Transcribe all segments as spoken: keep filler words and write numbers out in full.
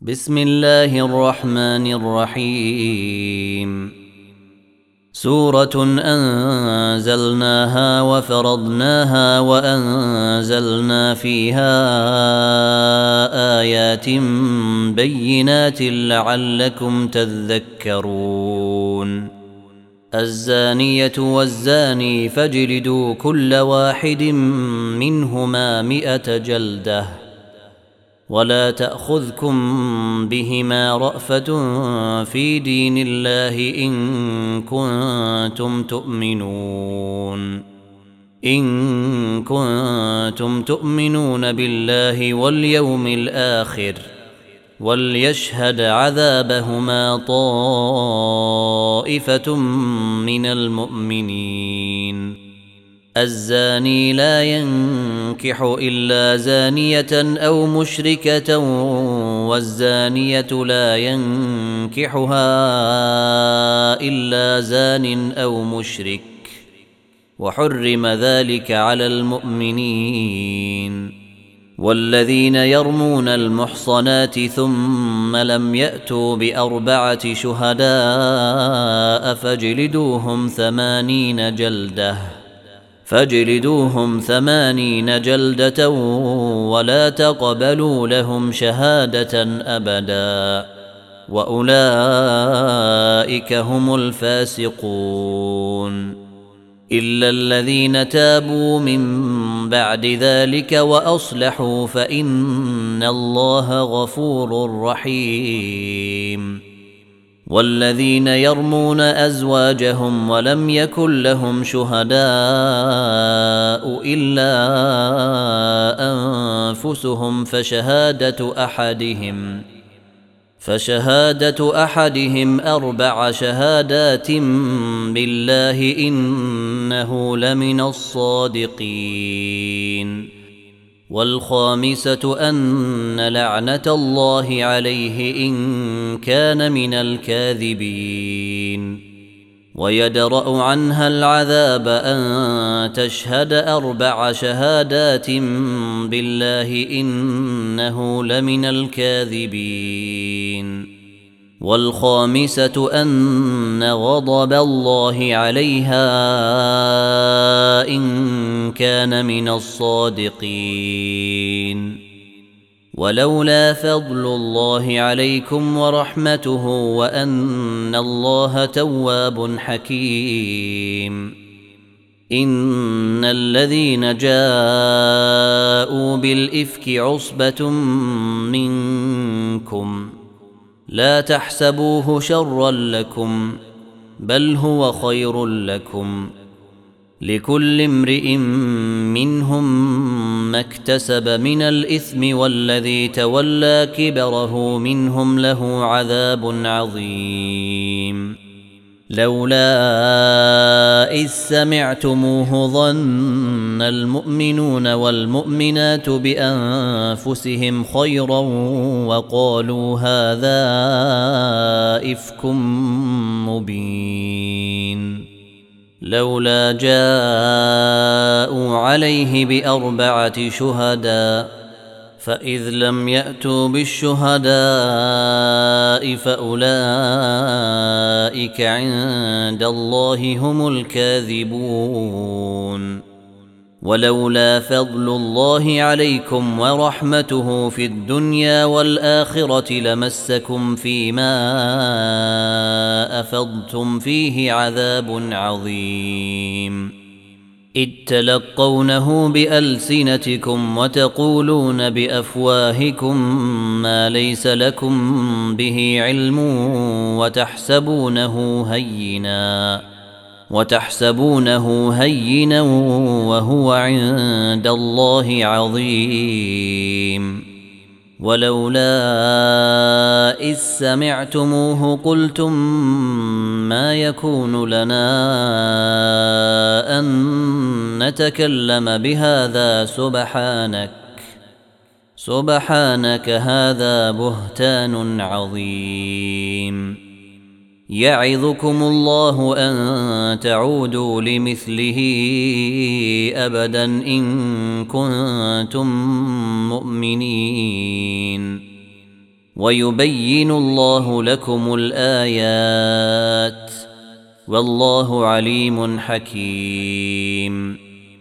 بسم الله الرحمن الرحيم. سورة أنزلناها وفرضناها وأنزلنا فيها آيات بينات لعلكم تذكرون. الزانية والزاني فاجلدوا كل واحد منهما مئة جلدة ولا تأخذكم بهما رأفة في دين الله إن كنتم تؤمنون إن كنتم تؤمنون بالله واليوم الآخر وليشهد عذابهما طائفة من المؤمنين. الزاني لا ينكح إلا زانية أو مشركة والزانية لا ينكحها إلا زان أو مشرك وحرم ذلك على المؤمنين. والذين يرمون المحصنات ثم لم يأتوا بأربعة شهداء فاجلدوهم ثمانين جلدة فاجلدوهم ثمانين جلدة ولا تقبلوا لهم شهادة أبدا وأولئك هم الفاسقون إلا الذين تابوا من بعد ذلك وأصلحوا فإن الله غفور رحيم. والذين يرمون أزواجهم ولم يكن لهم شهداء إلا أنفسهم فشهادة أحدهم فشهادة أحدهم أربع شهادات بالله إنه لمن الصادقين. والخامسة أن لعنة الله عليه إن كان من الكاذبين. ويدرأ عنها العذاب أن تشهد أربع شهادات بالله إنه لمن الكاذبين. والخامسة أن غضب الله عليها إن كان من الصادقين. ولولا فضل الله عليكم ورحمته وأن الله تواب حكيم. إن الذين جاءوا بالإفك عصبة منكم لا تحسبوه شرا لكم بل هو خير لكم لكل امرئ منهم ما اكتسب من الإثم والذي تولى كبره منهم له عذاب عظيم. لولا إذ سمعتموه ظن المؤمنون والمؤمنات بأنفسهم خيرا وقالوا هذا إفك مبين. لولا جاءوا عليه بأربعة شهداء فإذ لم يأتوا بالشهداء فأولئك عند الله هم الكاذبون. ولولا فضل الله عليكم ورحمته في الدنيا والآخرة لمسكم فيما أفضتم فيه عذاب عظيم. إذ تلقونه بألسنتكم وتقولون بأفواهكم ما ليس لكم به علم وتحسبونه هينا وتحسبونه هينا وهو عند الله عظيم. ولولا إذ سمعتموه قلتم ما يكون لنا أن نتكلم بهذا سبحانك سبحانك هذا بهتان عظيم. يعظكم الله أن تعودوا لمثله أبدا إن كنتم مؤمنين. ويبين الله لكم الآيات والله عليم حكيم.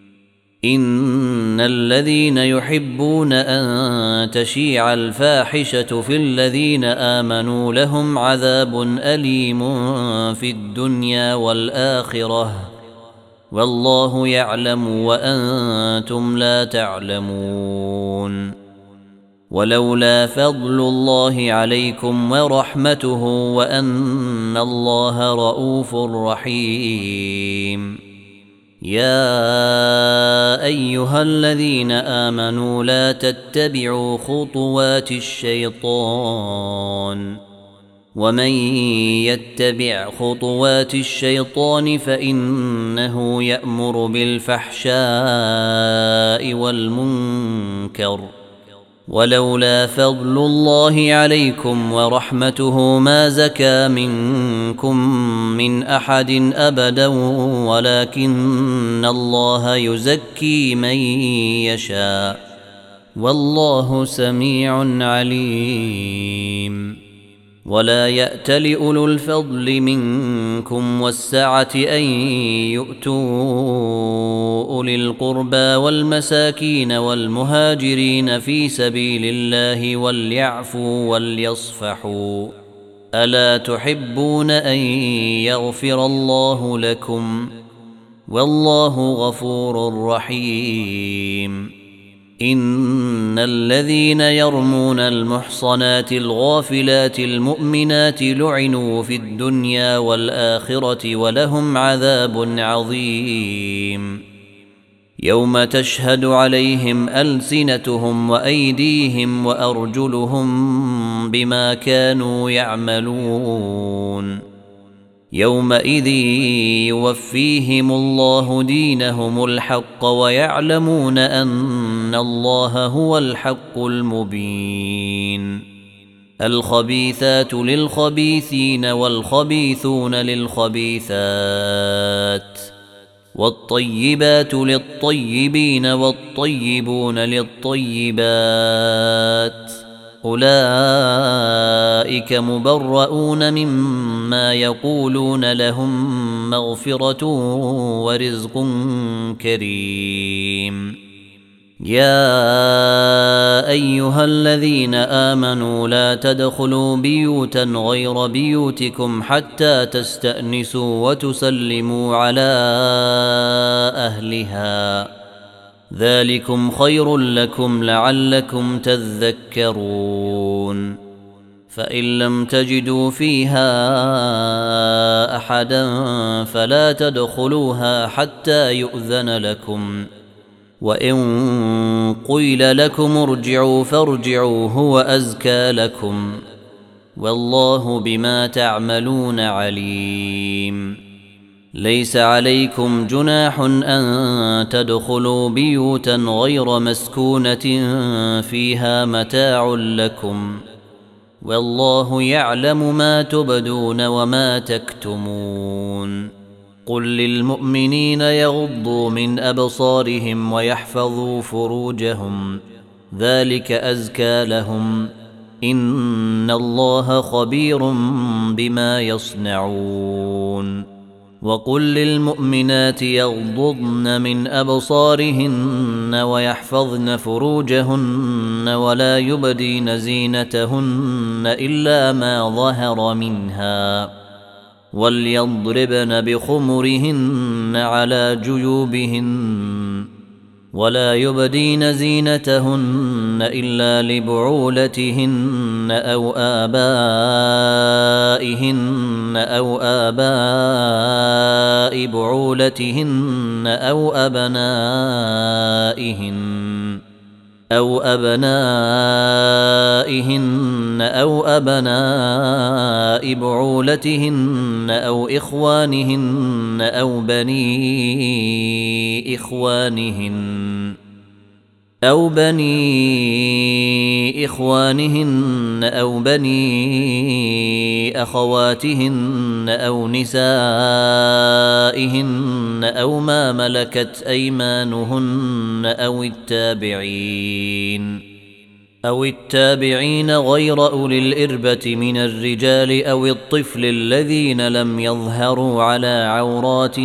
إن الذين يحبون أن تشيع الفاحشة في الذين آمنوا لهم عذاب أليم في الدنيا والآخرة والله يعلم وأنتم لا تعلمون. ولولا فضل الله عليكم ورحمته وأن الله رؤوف رحيم. يا أيها الذين آمنوا لا تتبعوا خطوات الشيطان ومن يتبع خطوات الشيطان فإنه يأمر بالفحشاء والمنكر ولولا فضل الله عليكم ورحمته ما زكى منكم من أحد أبدا ولكن الله يزكي من يشاء والله سميع عليم. ولا يأتل أولو الفضل منكم والسعة أن يؤتوا أولي القربى والمساكين والمهاجرين في سبيل الله وليعفوا وليصفحوا ألا تحبون أن يغفر الله لكم والله غفور رحيم. إن الذين يرمون المحصنات الغافلات المؤمنات لعنوا في الدنيا والآخرة ولهم عذاب عظيم. يوم تشهد عليهم ألسنتهم وأيديهم وأرجلهم بما كانوا يعملون يومئذ يوفيهم الله دينهم الحق ويعلمون أن الله هو الحق المبين. الخبيثات للخبيثين والخبيثون للخبيثات والطيبات للطيبين والطيبون للطيبات أولئك مبرؤون مما يقولون لهم مغفرة ورزق كريم. يا أيها الذين آمنوا لا تدخلوا بيوتا غير بيوتكم حتى تستأنسوا وتسلموا على أهلها ذلكم خير لكم لعلكم تذكرون. فإن لم تجدوا فيها أحدا فلا تدخلوها حتى يؤذن لكم وإن قيل لكم ارجعوا فارجعوا هو أزكى لكم والله بما تعملون عليم. ليس عليكم جناح أن تدخلوا بيوتا غير مسكونة فيها متاع لكم والله يعلم ما تبدون وما تكتمون. قل للمؤمنين يغضوا من أبصارهم ويحفظوا فروجهم ذلك أزكى لهم إن الله خبير بما يصنعون. وقل للمؤمنات يغضضن من أبصارهن ويحفظن فروجهن ولا يبدين زينتهن إلا ما ظهر منها وليضربن بخمرهن على جيوبهن ولا يبدين زينتهن إلا لبعولتهن أو آبائهن أو آباء بعولتهن أو أبنائهن أو أبنائهن أو أبناء بعولتهن أو إخوانهن أو بني إخوانهن أو بني إخوانهن أو بني أخواتهن أو نسائهن أو ما ملكت أيمانهن أو التابعين أو التابعين غير أولي الإربة من الرجال أو الطفل الذين لم يظهروا على عورات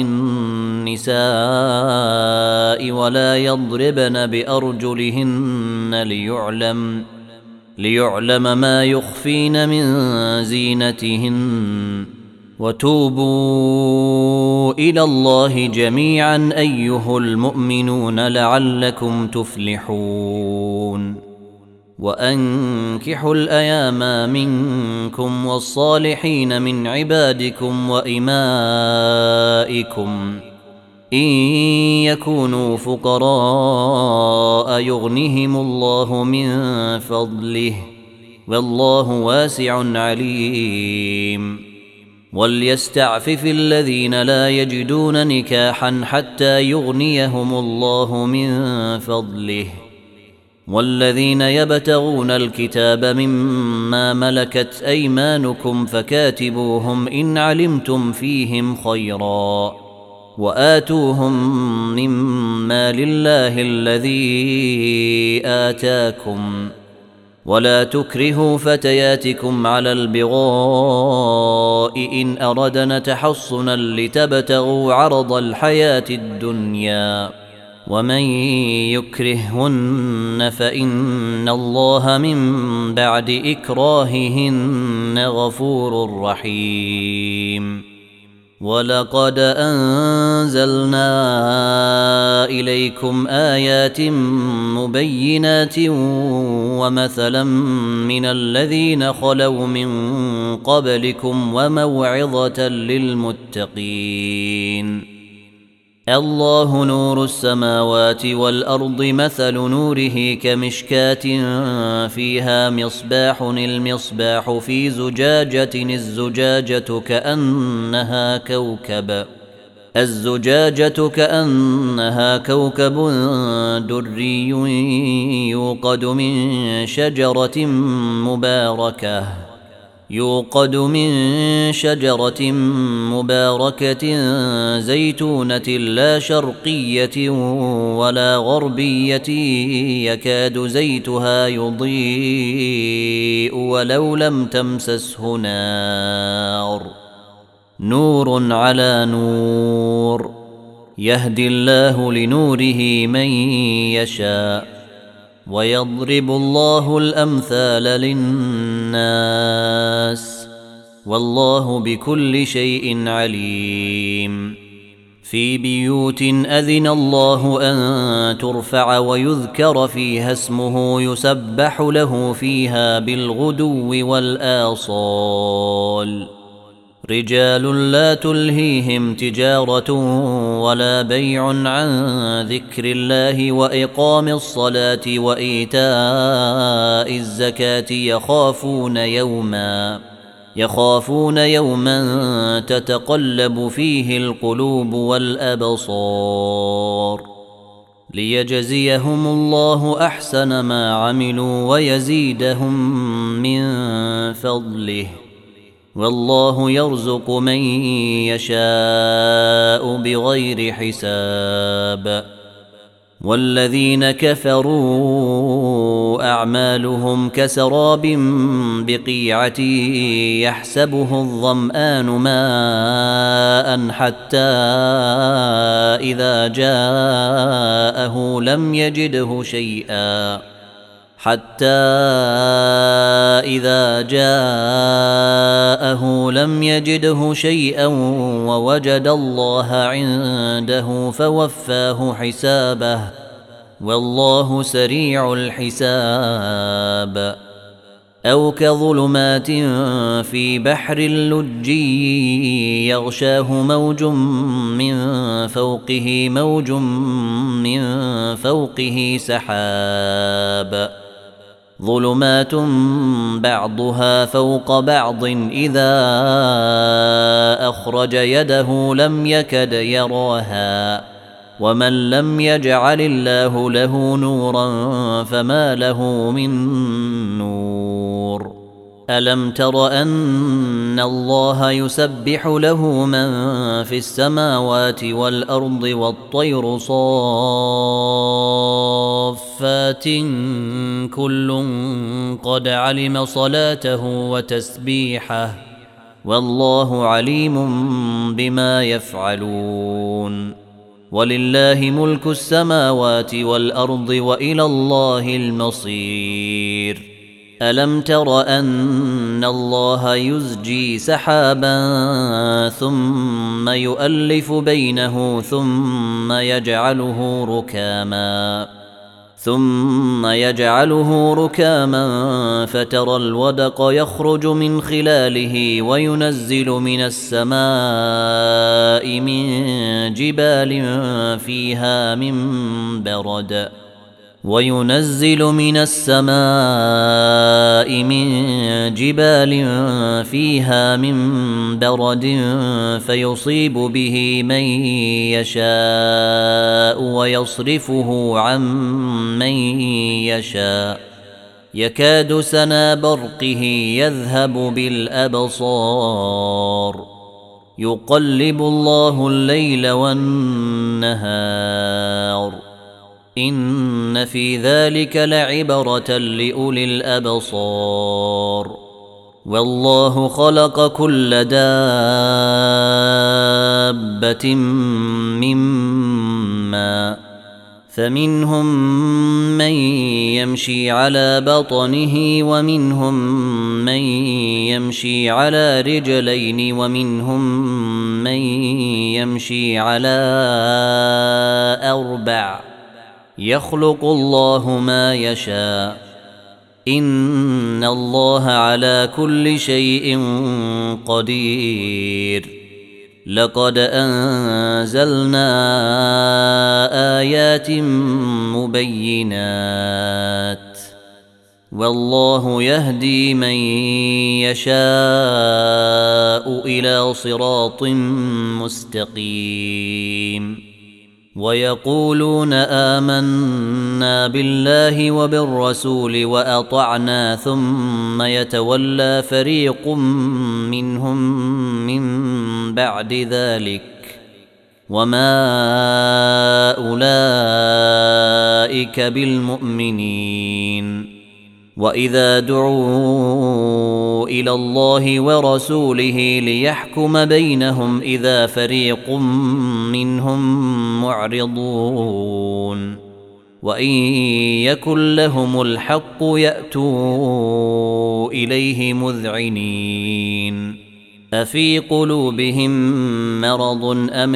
النساء ولا يضربن بأرجلهن ليعلم ليعلم ما يخفين من زينتهن وتوبوا إلى الله جميعا أيها المؤمنون لعلكم تفلحون وأنكحوا الأيام منكم والصالحين من عبادكم وإمائكم إن يكونوا فقراء يغنهم الله من فضله والله واسع عليم وليستعفف الذين لا يجدون نكاحا حتى يغنيهم الله من فضله والذين يبتغون الكتاب مما ملكت أيمانكم فكاتبوهم إن علمتم فيهم خيرا وآتوهم مما لله الذي آتاكم ولا تكرهوا فتياتكم على البغاء إن أردن تحصنا لتبتغوا عرض الحياة الدنيا ومن يكرههن فإن الله من بعد إكراههن غفور رحيم ولقد أنزلنا إليكم آيات مبينات ومثلا من الذين خلوا من قبلكم وموعظة للمتقين الله نور السماوات والأرض مثل نوره كمشكاة فيها مصباح المصباح في زجاجة الزجاجة كأنها كوكب الزجاجة كأنها كوكب دري يوقد من شجرة مباركة يوقد من شجرة مباركة زيتونة لا شرقية ولا غربية يكاد زيتها يضيء ولو لم تمسسه نار نور على نور يهدي الله لنوره من يشاء ويضرب الله الأمثال للناس والله بكل شيء عليم في بيوت أذن الله أن ترفع ويذكر فيها اسمه يسبح له فيها بالغدو والآصال رجال لا تلهيهم تجارة ولا بيع عن ذكر الله وإقام الصلاة وإيتاء الزكاة يخافون يوما يخافون يوما تتقلب فيه القلوب والأبصار ليجزيهم الله أحسن ما عملوا ويزيدهم من فضله والله يرزق من يشاء بغير حساب والذين كفروا أعمالهم كسراب بقيعة يحسبه الظمآن ماء حتى إذا جاءه لم يجده شيئا حتى إذا جاءه لم يجده شيئا ووجد الله عنده فوفاه حسابه والله سريع الحساب أو كظلمات في بحر اللجي يغشاه موج من فوقه موج من فوقه سحاب ظلمات بعضها فوق بعض إذا أخرج يده لم يكد يراها ومن لم يجعل الله له نورا فما له من نور ألم تر أن الله يسبح له من في السماوات والأرض والطير صافات صافات كل قد علم صلاته وتسبيحه والله عليم بما يفعلون ولله ملك السماوات والأرض وإلى الله المصير ألم تر أن الله يزجي سحابا ثم يؤلف بينه ثم يجعله ركاما ثم يجعله ركاما فترى الودق يخرج من خلاله وينزل من السماء من جبال فيها من برد وينزل من السماء من جبال فيها من برد فيصيب به من يشاء ويصرفه عن من يشاء يكاد سنا برقه يذهب بالأبصار يقلب الله الليل والنهار إن في ذلك لعبرة لأولي الأبصار والله خلق كل دابة من ماء فمنهم من يمشي على بطنه ومنهم من يمشي على رجلين ومنهم من يمشي على أربع يخلق الله ما يشاء إن الله على كل شيء قدير لقد أنزلنا آيات مبينات والله يهدي من يشاء إلى صراط مستقيم ويقولون آمنا بالله وبالرسول وأطعنا ثم يتولى فريق منهم من بعد ذلك وما أولئك بالمؤمنين وإذا دعوا إلى الله ورسوله ليحكم بينهم إذا فريق منهم معرضون وإن يكن لهم الحق يأتوا إليه مذعنين أفي قلوبهم مرض أم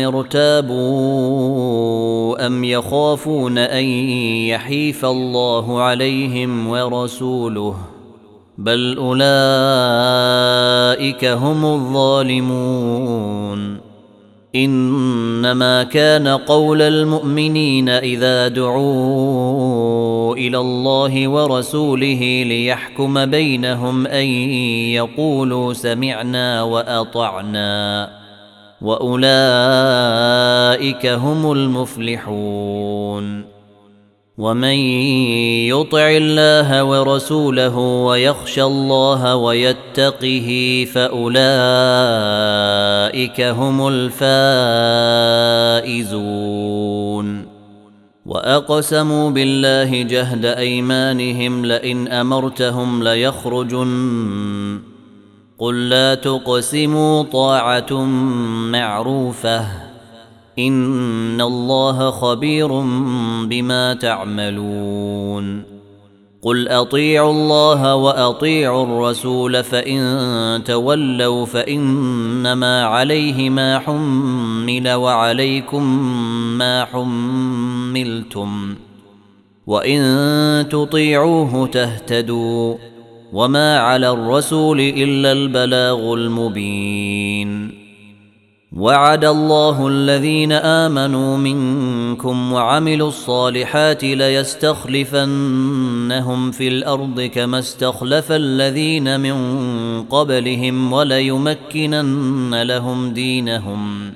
ارتابوا أم يخافون أن يحيف الله عليهم ورسوله بل أولئك هم الظالمون إنما كان قول المؤمنين إذا دعوا إلى الله ورسوله ليحكم بينهم أن يقولوا سمعنا وأطعنا وأولئك هم المفلحون ومن يطع الله ورسوله ويخشى الله ويتقه فأولئك هم الفائزون وأقسموا بالله جهد أيمانهم لئن أمرتهم ليخرجن قل لا تقسموا طاعة معروفة إن الله خبير بما تعملون قل أطيعوا الله وأطيعوا الرسول فإن تولوا فإنما عليه ما حمل وعليكم ما حملتم وإن تطيعوه تهتدوا وما على الرسول إلا البلاغ المبين وعد الله الذين آمنوا منكم وعملوا الصالحات ليستخلفنهم في الأرض كما استخلف الذين من قبلهم وليمكنن لهم دينهم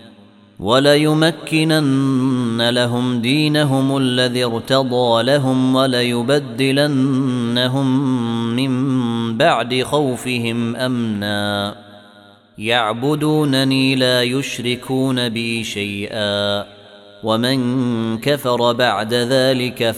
وليمكنن لهم دينهم الذي ارتضى لهم وليبدلنهم من بعد خوفهم أمنا يعبدونني لا يشركون بي شيئا ومن كفر بعد ذلك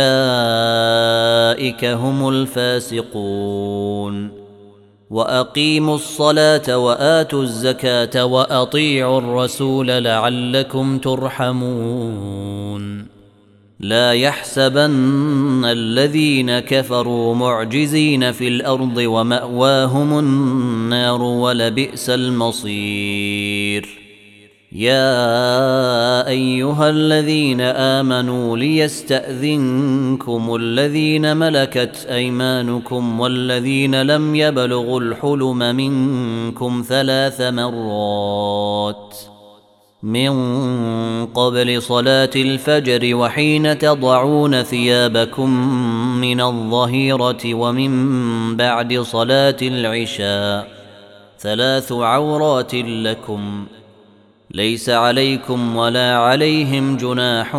فأولئك هم الفاسقون وأقيموا الصلاة وآتوا الزكاة وأطيعوا الرسول لعلكم ترحمون لا يحسبن الذين كفروا معجزين في الأرض ومأواهم النار ولبئس المصير يا أيها الذين آمنوا ليستأذنكم الذين ملكت أيمانكم والذين لم يبلغوا الحلم منكم ثلاث مرات من قبل صلاة الفجر وحين تضعون ثيابكم من الظهيرة ومن بعد صلاة العشاء ثلاث عورات لكم ليس عليكم ولا عليهم جناح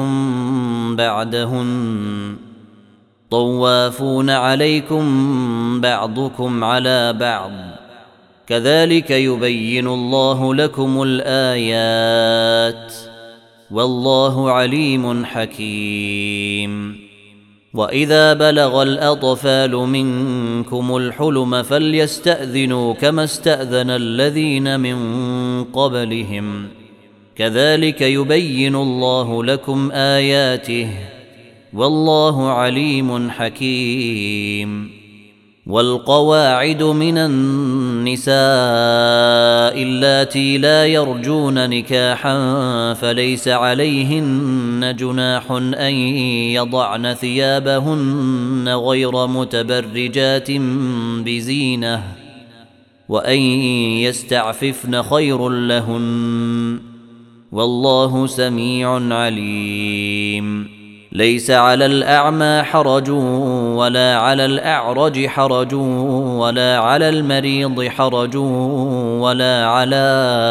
بعدهن طوافون عليكم بعضكم على بعض كذلك يبين الله لكم الآيات والله عليم حكيم وإذا بلغ الأطفال منكم الحلم فليستأذنوا كما استأذن الذين من قبلهم كذلك يبين الله لكم آياته والله عليم حكيم والقواعد من النساء اللاتي لا يرجون نكاحا فليس عليهن جناح أن يضعن ثيابهن غير متبرجات بزينة وأن يستعففن خير لهن والله سميع عليم ليس على الأعمى حرج ولا على الأعرج حرج ولا على المريض حرج ولا على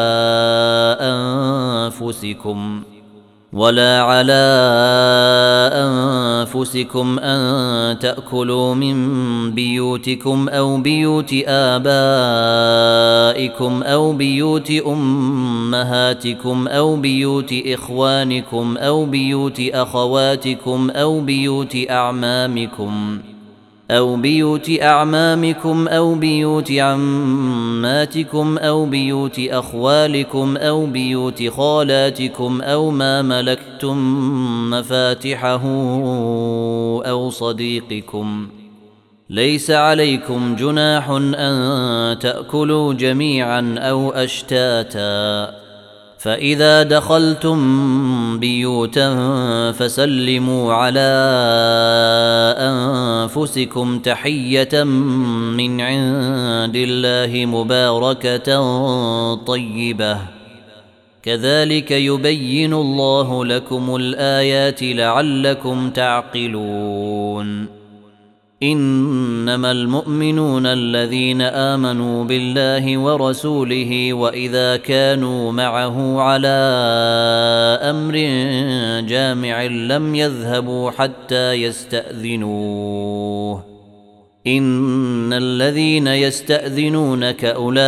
أنفسكم ولا على أنفسكم أن تأكلوا من بيوتكم أو بيوت آبائكم أو بيوت أمهاتكم أو بيوت إخوانكم أو بيوت أخواتكم أو بيوت أعمامكم أو بيوت أعمامكم أو بيوت عماتكم أو بيوت أخوالكم أو بيوت خالاتكم أو ما ملكتم مفاتحه أو صديقكم ليس عليكم جناح أن تأكلوا جميعا أو أشتاتا فإذا دخلتم بيوتا فسلموا على أنفسكم تحية من عند الله مباركة طيبة كذلك يبين الله لكم الآيات لعلكم تعقلون إنما المؤمنون الذين آمنوا بالله ورسوله وإذا كانوا معه على أمر جامع لم يذهبوا حتى يستأذنوه إن الذين يستأذنونك أولئك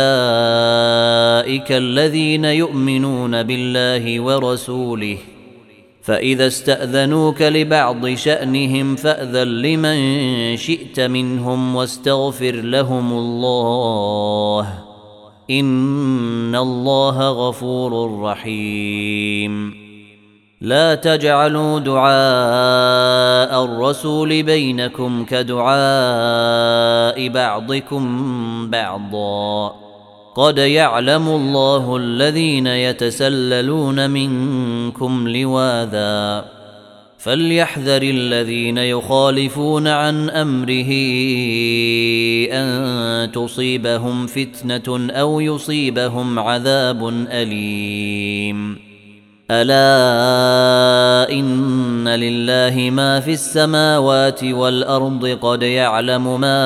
الذين يؤمنون بالله ورسوله فإذا استأذنوك لبعض شأنهم فأذن لمن شئت منهم واستغفر لهم الله إن الله غفور رحيم لا تجعلوا دعاء الرسول بينكم كدعاء بعضكم بعضا قد يعلم الله الذين يتسللون منكم لواذا فليحذر الذين يخالفون عن أمره أن تصيبهم فتنة أو يصيبهم عذاب أليم ألا إن لله ما في السماوات والأرض قد يعلم ما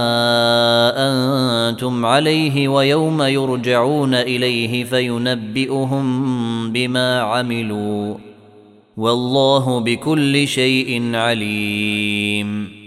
أنتم عليه ويوم يرجعون إليه فينبئهم بما عملوا والله بكل شيء عليم